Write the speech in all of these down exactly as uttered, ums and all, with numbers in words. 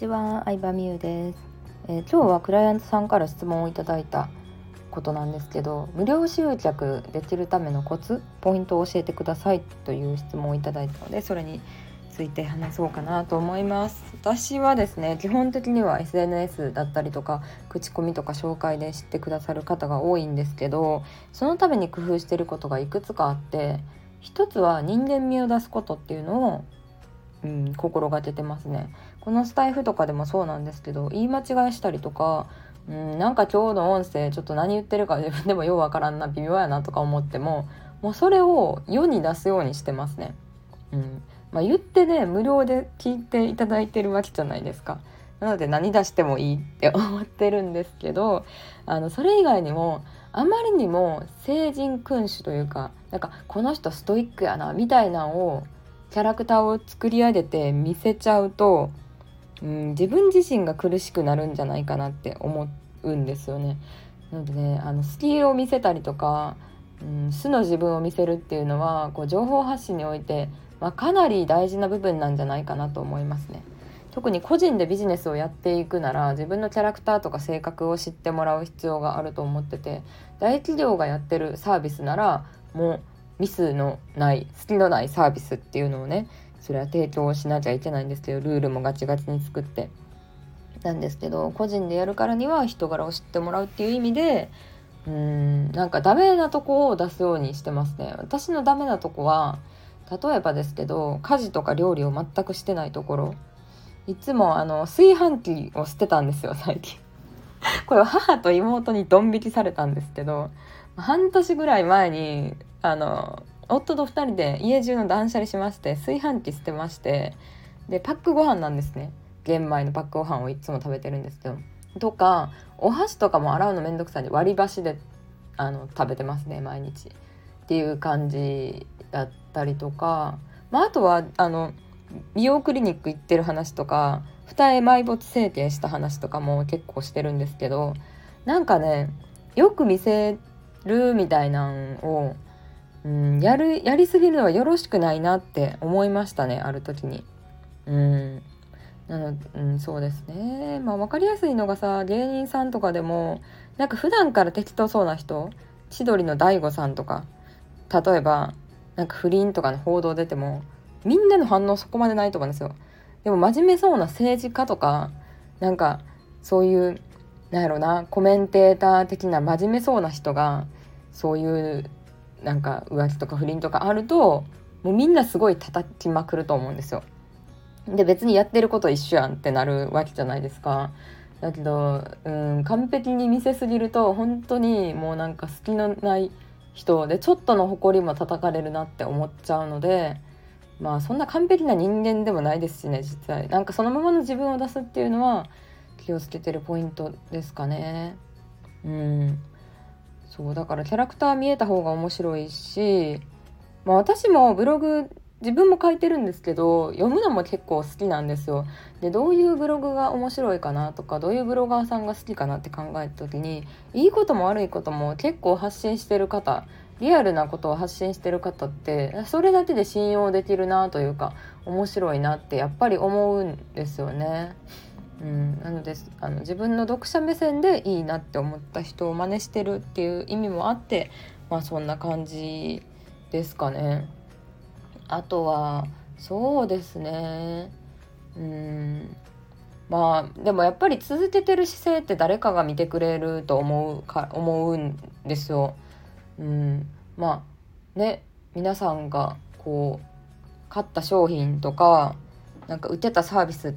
ちは、相葉美優です。えー今日はクライアントさんから質問をいただいたことなんですけど、無料集客できるためのコツ、ポイントを教えてくださいという質問をいただいたので、それについて話そうかなと思います。私はですね、基本的には エスエヌエス だったりとか口コミとか紹介で知ってくださる方が多いんですけど、そのために工夫していることがいくつかあって、一つは人間味を出すことっていうのをうん、心がけてますね。このスタイフとかでもそうなんですけど、言い間違いしたりとか、うん、なんか今日の音声ちょっと何言ってるか自分でもようわからんな、微妙やなとか思っても、もうそれを世に出すようにしてますね。うんまあ、言ってね、無料で聞いていただいてるわけじゃないですか。なので何出してもいいって思ってるんですけど、あのそれ以外にもあまりにも聖人君主というか、なんかこの人ストイックやなみたいなのをキャラクターを作り上げて見せちゃうと、うん、自分自身が苦しくなるんじゃないかなって思うんですよね。なのでね、あのスキルを見せたりとか、うん、素の自分を見せるっていうのはこう情報発信において、まあ、かなり大事な部分なんじゃないかなと思いますね。特に個人でビジネスをやっていくなら、自分のキャラクターとか性格を知ってもらう必要があると思ってて、大企業がやってるサービスならもうミスのない隙のないサービスっていうのをね、それは提供しなきゃいけないんですけど、ルールもガチガチに作ってなんですけど、個人でやるからには人柄を知ってもらうっていう意味で、うーんなんかダメなとこを出すようにしてますね。私のダメなとこは、例えばですけど、家事とか料理を全くしてないところ。いつもあの炊飯器を捨てたんですよ、最近。これは母と妹にドン引きされたんですけど、半年ぐらい前にあの夫とふたりで家中の断捨離しまして、炊飯器捨てまして、でパックご飯なんですね。玄米のパックご飯をいつも食べてるんですけど、とかお箸とかも洗うのめんどくさいんで割り箸であの食べてますね、毎日っていう感じだったりとか、まあ、あとはあの美容クリニック行ってる話とか、二重埋没整形した話とかも結構してるんですけど、なんかね、よく見せるみたいなのを、うん、やるやりすぎるのはよろしくないなって思いましたね、ある時に。うんなの、うん、そうですね。まあ分かりやすいのがさ、芸人さんとかでもなんか普段から適当そうな人、千鳥の大悟さんとか、例えばなんか不倫とかの報道出てもみんなの反応そこまでないと思うんですよ。でも真面目そうな政治家とか、なんかそういうなんやろな、コメンテーター的な真面目そうな人がそういうなんか浮気とか不倫とかあると、もうみんなすごい叩きまくると思うんですよ。で別にやってること一緒やんってなるわけじゃないですか。だけど、うん、完璧に見せすぎると本当にもうなんか隙のない人で、ちょっとの誇りも叩かれるなって思っちゃうので、まあそんな完璧な人間でもないですしね、実際なんかそのままの自分を出すっていうのは気をつけてるポイントですかね。うんそうだからキャラクター見えた方が面白いし、まあ私もブログ自分も書いてるんですけど、読むのも結構好きなんですよ。でどういうブログが面白いかなとか、どういうブロガーさんが好きかなって考えた時に、いいことも悪いことも結構発信してる方、リアルなことを発信してる方ってそれだけで信用できるなというか、面白いなってやっぱり思うんですよね。うん、なのであの自分の読者目線でいいなって思った人を真似してるっていう意味もあって、まあそんな感じですかね。あとはそうですね、うんまあでもやっぱり続けてる姿勢って誰かが見てくれると思うか思うんですよ。うんまあね、皆さんがこう買った商品とかなんか売ってたサービスって、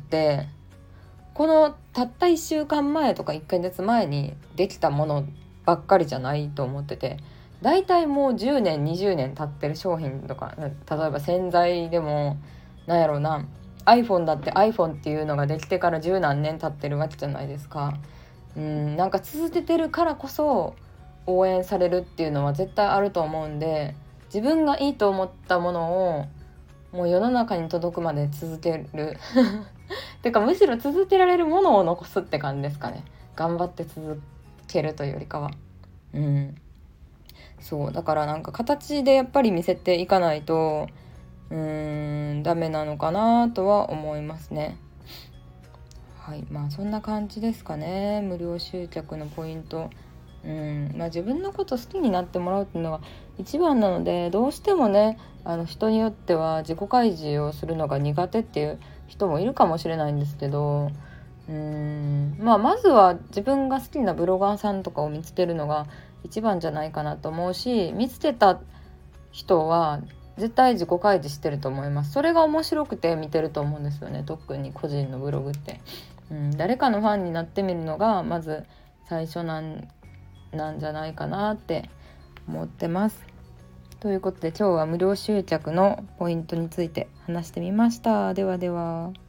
このたったいっしゅうかんまえとかいっかげつまえにできたものばっかりじゃないと思ってて、だいたいもうじゅうねんにじゅうねん経ってる商品とか、例えば洗剤でもなんやろうな、 iPhone だって iPhone っていうのができてから十何年経ってるわけじゃないですか。うんなんか続けてるからこそ応援されるっていうのは絶対あると思うんで、自分がいいと思ったものをもう世の中に届くまで続けるてかむしろ続けられるものを残すって感じですかね。頑張って続けるというよりかは。うんそうだからなんか形でやっぱり見せていかないとうーんダメなのかなとは思いますね。 はい、まあそんな感じですかね。無料集客のポイント、うんまあ、自分のこと好きになってもらうっていうのが一番なので、どうしてもね、あの人によっては自己開示をするのが苦手っていう人もいるかもしれないんですけど、うーん、まあ、まずは自分が好きなブロガーさんとかを見つけるのが一番じゃないかなと思うし、見つけた人は絶対自己開示してると思います。それが面白くて見てると思うんですよね、特に個人のブログって、うん、誰かのファンになってみるのがまず最初なんなんじゃないかなって思ってます。ということで今日は無料集客のポイントについて話してみました。ではでは。